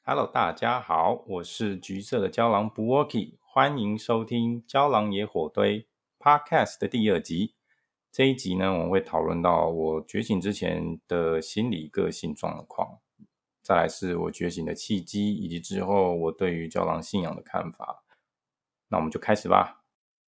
Hello，大家好，我是橘色的胶囊 Buoki， 欢迎收听胶囊野火堆 Podcast 的第2集。这一集呢，我们会讨论到我觉醒之前的心理个性状况，再来是我觉醒的契机，以及之后我对于胶囊信仰的看法。那我们就开始吧。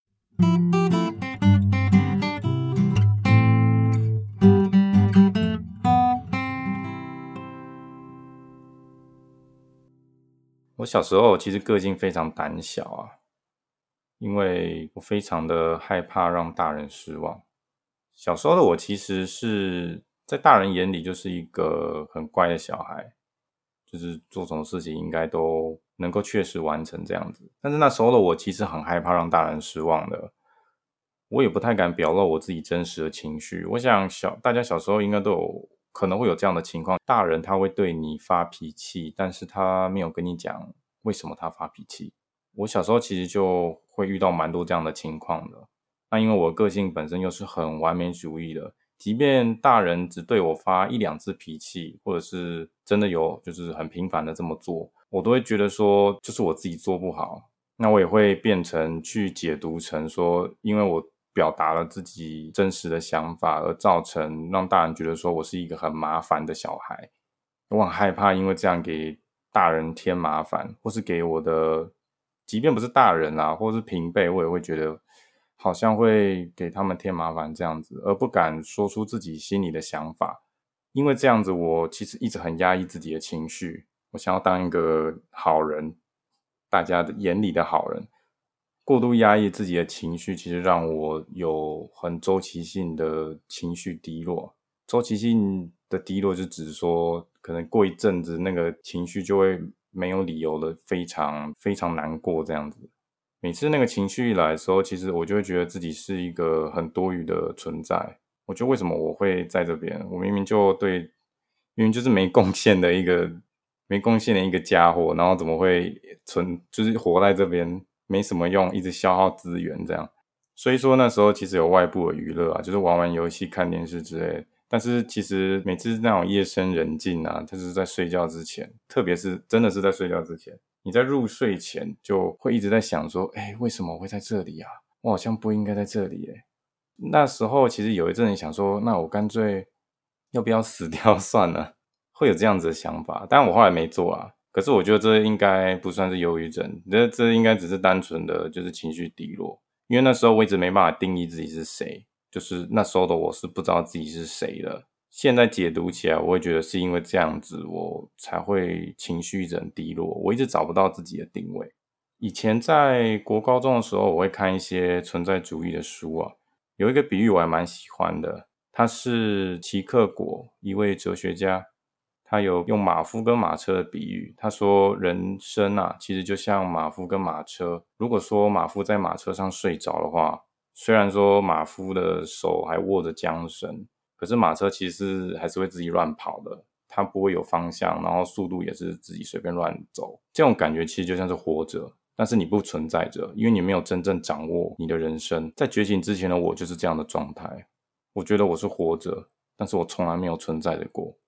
我小时候其实个性非常胆小啊，因为我非常的害怕让大人失望。小时候的我其实是在大人眼里就是一个很乖的小孩，就是做什么事情应该都能够确实完成这样子。但是那时候的我其实很害怕让大人失望的，我也不太敢表露我自己真实的情绪。我想大家小时候应该都有可能会有这样的情况，大人他会对你发脾气，但是他没有跟你讲为什么他发脾气。我小时候其实就会遇到蛮多这样的情况的。那因为我个性本身又是很完美主义的，即便大人只对我发1-2次脾气，或者是真的有就是很频繁的这么做，我都会觉得说就是我自己做不好。那我也会变成去解读成说，因为我表达了自己真实的想法，而造成让大人觉得说我是一个很麻烦的小孩。我很害怕因为这样给大人添麻烦，或是给我的即便不是大人啊，或是平辈，我也会觉得好像会给他们添麻烦这样子，而不敢说出自己心里的想法。因为这样子我其实一直很压抑自己的情绪，我想要当一个好人，大家的眼里的好人。过度压抑自己的情绪，其实让我有很周期性的情绪低落。周期性的低落就只是说，可能过一阵子那个情绪就会没有理由的非常非常难过这样子。每次那个情绪一来的时候，其实我就会觉得自己是一个很多余的存在。我觉得为什么我会在这边？我明明就是没贡献的一个家伙，然后怎么会就是活在这边没什么用，一直消耗资源这样。所以说那时候其实有外部的娱乐啊，就是玩玩游戏、看电视之类的。但是其实每次那种夜深人静啊，就是在睡觉之前，特别是真的是在睡觉之前，你在入睡前就会一直在想说，为什么我会在这里啊？我好像不应该在这里耶。那时候其实有一阵子想说，那我干脆要不要死掉算了，会有这样子的想法。但我后来没做啊。可是我觉得这应该不算是忧郁症，这应该只是单纯的就是情绪低落。因为那时候我一直没办法定义自己是谁，就是那时候的我是不知道自己是谁的。现在解读起来，我会觉得是因为这样子，我才会情绪一直很低落。我一直找不到自己的定位。以前在国高中的时候，我会看一些存在主义的书啊，有一个比喻我还蛮喜欢的，他是齐克果，一位哲学家，他有用马夫跟马车的比喻。他说人生啊，其实就像马夫跟马车。如果说马夫在马车上睡着的话，虽然说马夫的手还握着缰绳，可是马车其实还是会自己乱跑的，它不会有方向，然后速度也是自己随便乱走。这种感觉其实就像是活着，但是你不存在着，因为你没有真正掌握你的人生。在觉醒之前的我就是这样的状态，我觉得我是活着，但是我从来没有存在着过。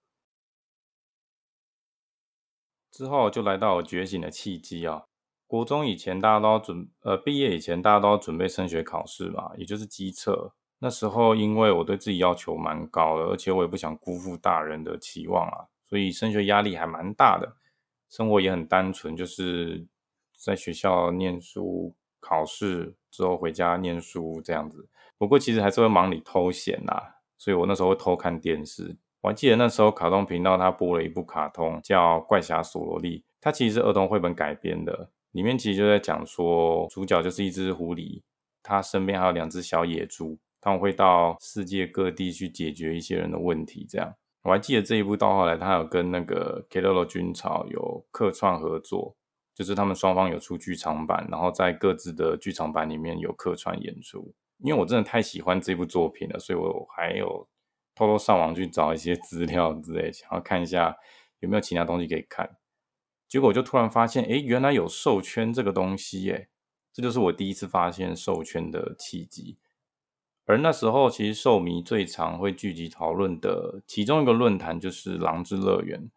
之后就来到我觉醒的契机啊。国中以前大家都要毕业以前大家都要准备升学考试嘛，也就是基测。那时候因为我对自己要求蛮高的，而且我也不想辜负大人的期望啊，所以升学压力还蛮大的。生活也很单纯，就是在学校念书、考试之后回家念书这样子。不过其实还是会忙里偷闲啦，所以我那时候会偷看电视。我还记得那时候卡通频道它播了一部卡通叫《怪侠索罗利》，它其实是儿童绘本改编的，里面其实就在讲说主角就是一只狐狸，他身边还有2只小野猪，他们会到世界各地去解决一些人的问题这样。我还记得这一部到后来他有跟那个 Keroro 军曹有客串合作，就是他们双方有出剧场版，然后在各自的剧场版里面有客串演出。因为我真的太喜欢这部作品了，所以我还有偷偷上网去找一些资料之类，想要看一下有没有其他东西可以看。结果我就突然发现，原来有兽圈这个东西耶，这就是我第一次发现兽圈的契机。而那时候其实兽迷最常会聚集讨论的其中一个论坛就是狼之乐园。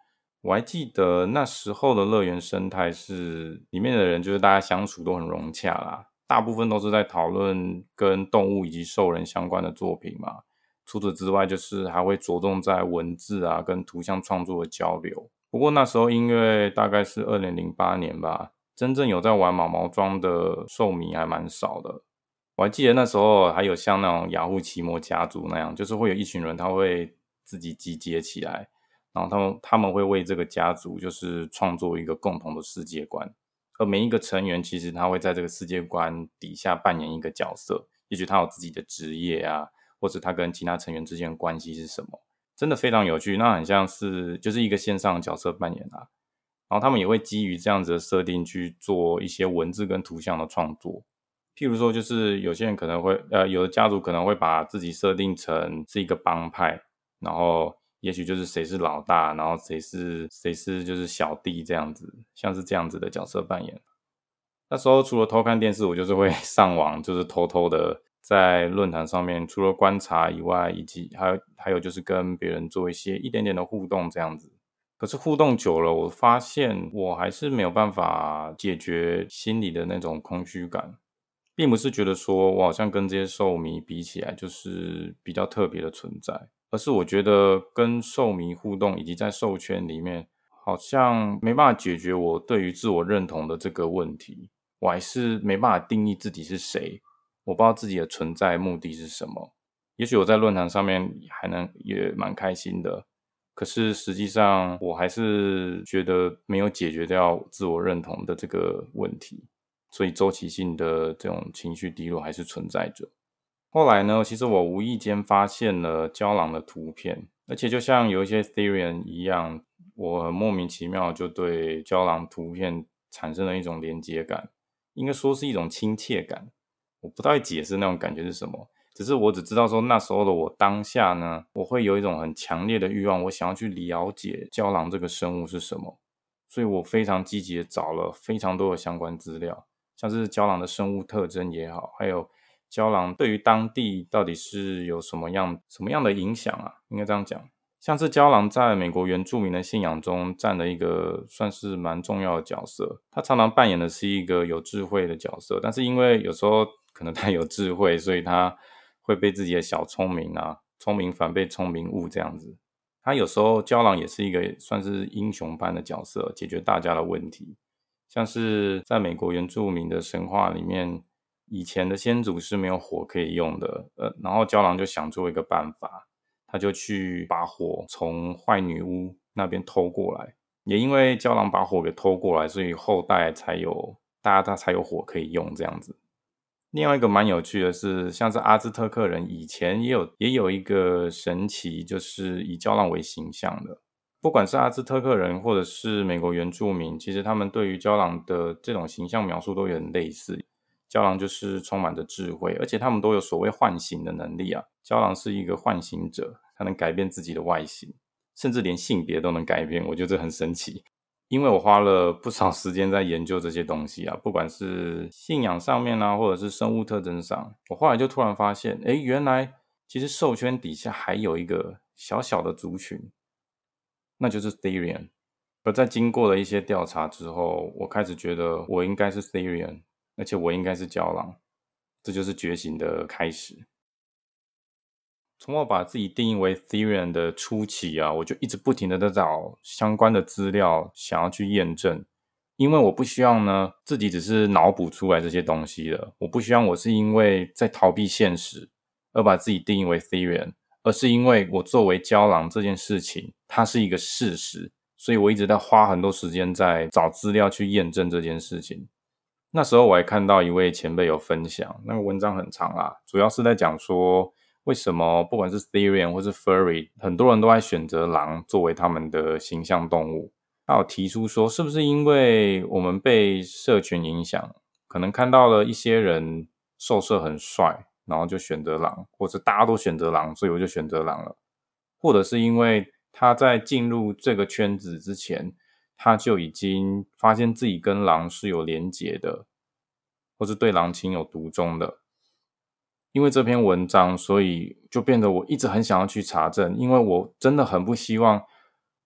我还记得那时候的乐园生态是里面的人就是大家相处都很融洽啦，大部分都是在讨论跟动物以及兽人相关的作品嘛。除此之外，就是还会着重在文字啊跟图像创作的交流。不过那时候因为大概是2008年吧，真正有在玩毛毛装的兽迷还蛮少的。我还记得那时候还有像那种雅虎奇摩家族那样，就是会有一群人他会自己集结起来，然后他们会为这个家族就是创作一个共同的世界观，而每一个成员其实他会在这个世界观底下扮演一个角色，也许他有自己的职业啊，或者他跟其他成员之间的关系是什么，真的非常有趣。那很像是就是一个线上的角色扮演啊，然后他们也会基于这样子的设定去做一些文字跟图像的创作。譬如说，就是有些人可能会，有的家族可能会把自己设定成是一个帮派，然后也许就是谁是老大，然后谁是就是小弟这样子，像是这样子的角色扮演。那时候除了偷看电视，我就是会上网，就是偷偷的在论坛上面，除了观察以外，以及还有就是跟别人做一些一点点的互动这样子。可是互动久了，我发现我还是没有办法解决心里的那种空虚感。并不是觉得说我好像跟这些兽迷比起来就是比较特别的存在，而是我觉得跟兽迷互动以及在兽圈里面，好像没办法解决我对于自我认同的这个问题。我还是没办法定义自己是谁，我不知道自己的存在目的是什么。也许我在论坛上面也蛮开心的，可是实际上我还是觉得没有解决掉自我认同的这个问题。所以周期性的这种情绪低落还是存在着。后来呢，其实我无意间发现了郊狼的图片，而且就像有一些 Therian 一样，我很莫名其妙就对郊狼图片产生了一种连接感，应该说是一种亲切感。我不太会解释那种感觉是什么，我只知道说那时候的我当下呢，我会有一种很强烈的欲望，我想要去了解郊狼这个生物是什么，所以我非常积极的找了非常多的相关资料。像是郊狼的生物特征也好，还有郊狼对于当地到底是有什么样的影响啊？应该这样讲，像是郊狼在美国原住民的信仰中占了一个算是蛮重要的角色，他常常扮演的是一个有智慧的角色，但是因为有时候可能他有智慧，所以他会被自己的小聪明啊，聪明反被聪明误这样子。他有时候郊狼也是一个算是英雄般的角色，解决大家的问题。像是在美国原住民的神话里面，以前的先祖是没有火可以用的，然后郊狼就想出一个办法，他就去把火从坏女巫那边偷过来。也因为郊狼把火给偷过来，所以后代大家才有火可以用这样子。另外一个蛮有趣的是，像是阿兹特克人以前也有一个神奇，就是以郊狼为形象的。不管是阿兹特克人或者是美国原住民，其实他们对于郊狼的这种形象描述都有点类似。郊狼就是充满着智慧，而且他们都有所谓唤醒的能力啊。郊狼是一个唤醒者，它能改变自己的外形，甚至连性别都能改变，我觉得这很神奇。因为我花了不少时间在研究这些东西啊，不管是信仰上面啊，或者是生物特征上，我后来就突然发现，原来其实兽圈底下还有一个小小的族群，那就是 Therian。而在经过了一些调查之后，我开始觉得我应该是 Therian，而且我应该是郊狼，这就是觉醒的开始。从我把自己定义为 Therian 的初期啊，我就一直不停的在找相关的资料，想要去验证。因为我不希望呢，自己只是脑补出来这些东西的，我不希望我是因为在逃避现实，而把自己定义为 Therian，而是因为我作为郊狼这件事情，它是一个事实，所以我一直在花很多时间在找资料去验证这件事情。那时候我还看到一位前辈有分享，那个文章很长啦，主要是在讲说为什么不管是 Therian 或是 Furry， 很多人都在选择狼作为他们的形象动物。他有提出说，是不是因为我们被社群影响，可能看到了一些人兽色很帅，然后就选择狼，或者大家都选择狼，所以我就选择狼了。或者是因为他在进入这个圈子之前，他就已经发现自己跟狼是有连结的，或是对狼情有独钟的。因为这篇文章，所以就变得我一直很想要去查证，因为我真的很不希望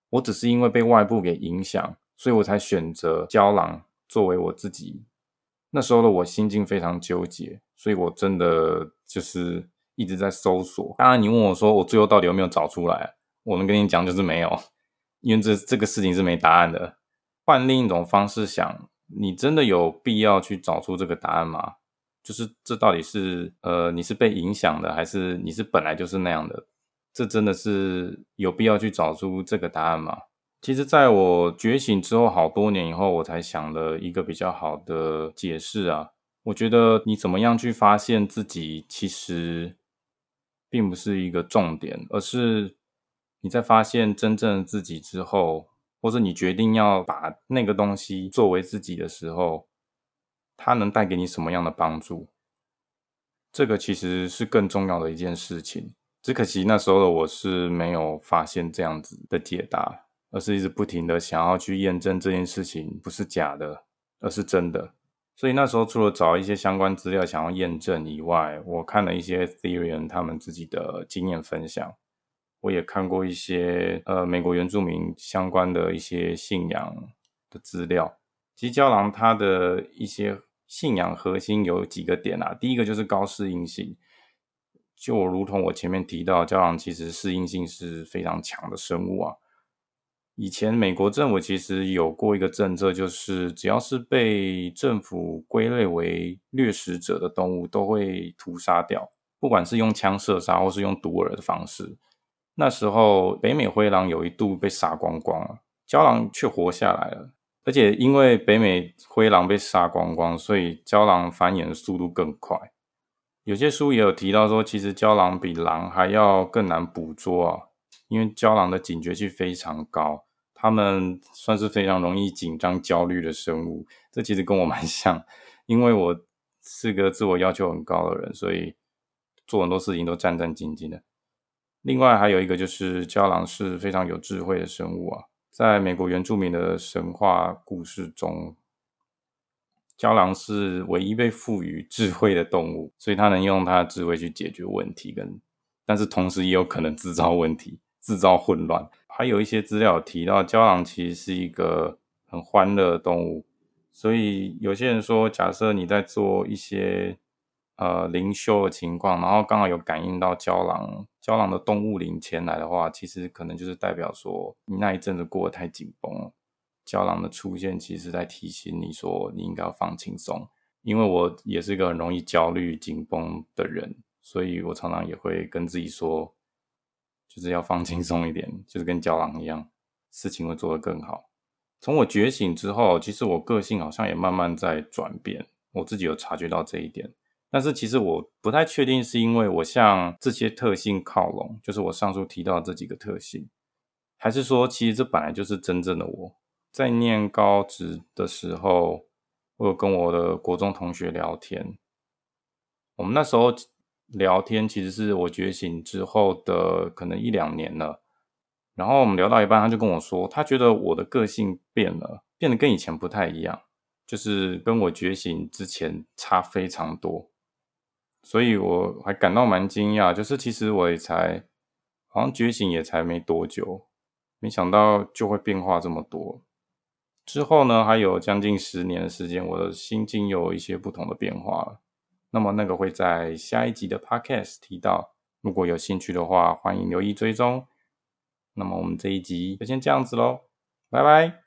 我只是因为被外部给影响，所以我才选择胶囊作为我自己。那时候的我心境非常纠结，所以我真的就是一直在搜索。当然你问我说我最后到底有没有找出来，我能跟你讲就是没有，因为这个事情是没答案的。换另一种方式想，你真的有必要去找出这个答案吗？就是这到底是你是被影响的，还是你是本来就是那样的？这真的是有必要去找出这个答案吗？其实在我觉醒之后好多年以后，我才想了一个比较好的解释啊。我觉得你怎么样去发现自己其实并不是一个重点，而是你在发现真正的自己之后，或者你决定要把那个东西作为自己的时候，它能带给你什么样的帮助？这个其实是更重要的一件事情。只可惜那时候的我是没有发现这样子的解答，而是一直不停的想要去验证这件事情不是假的，而是真的。所以那时候除了找一些相关资料想要验证以外，我看了一些 Ethereum 他们自己的经验分享，我也看过一些美国原住民相关的一些信仰的资料。其实胶囊它的一些信仰核心有几个点啊，第一个就是高适应性。就如同我前面提到，胶囊其实适应性是非常强的生物啊。以前美国政府其实有过一个政策，就是只要是被政府归类为掠食者的动物，都会屠杀掉，不管是用枪射杀或是用毒饵的方式。那时候北美灰狼有一度被杀光光了，胶囊却活下来了。而且因为北美灰狼被杀光光，所以胶囊繁衍的速度更快。有些书也有提到说，其实胶囊比狼还要更难捕捉啊，因为胶囊的警觉性非常高，它们算是非常容易紧张焦虑的生物。这其实跟我蛮像，因为我是个自我要求很高的人，所以做很多事情都战战兢兢的。另外还有一个就是胶囊是非常有智慧的生物啊，在美国原住民的神话故事中，胶囊是唯一被赋予智慧的动物，所以它能用它的智慧去解决问题，但是同时也有可能制造问题，制造混乱。还有一些资料有提到，胶囊其实是一个很欢乐的动物，所以有些人说，假设你在做一些灵修的情况，然后刚好有感应到胶囊的动物灵前来的话，其实可能就是代表说你那一阵子过得太紧绷了。胶囊的出现其实是在提醒你说你应该要放轻松，因为我也是一个很容易焦虑紧绷的人，所以我常常也会跟自己说就是要放轻松一点，就是跟胶囊一样，事情会做得更好。从我觉醒之后，其实我个性好像也慢慢在转变，我自己有察觉到这一点。但是其实我不太确定是因为我向这些特性靠拢，就是我上述提到的这几个特性，还是说其实这本来就是真正的我。在念高职的时候，我有跟我的国中同学聊天，我们那时候聊天其实是我觉醒之后的可能1-2年了，然后我们聊到一半，他就跟我说，他觉得我的个性变了，变得跟以前不太一样，就是跟我觉醒之前差非常多，所以我还感到蛮惊讶，就是其实我也才好像觉醒也才没多久，没想到就会变化这么多。之后呢，还有将近10年的时间，我的心境又有一些不同的变化了。那么那个会在下一集的 Podcast 提到，如果有兴趣的话，欢迎留意追踪。那么我们这一集就先这样子咯，拜拜。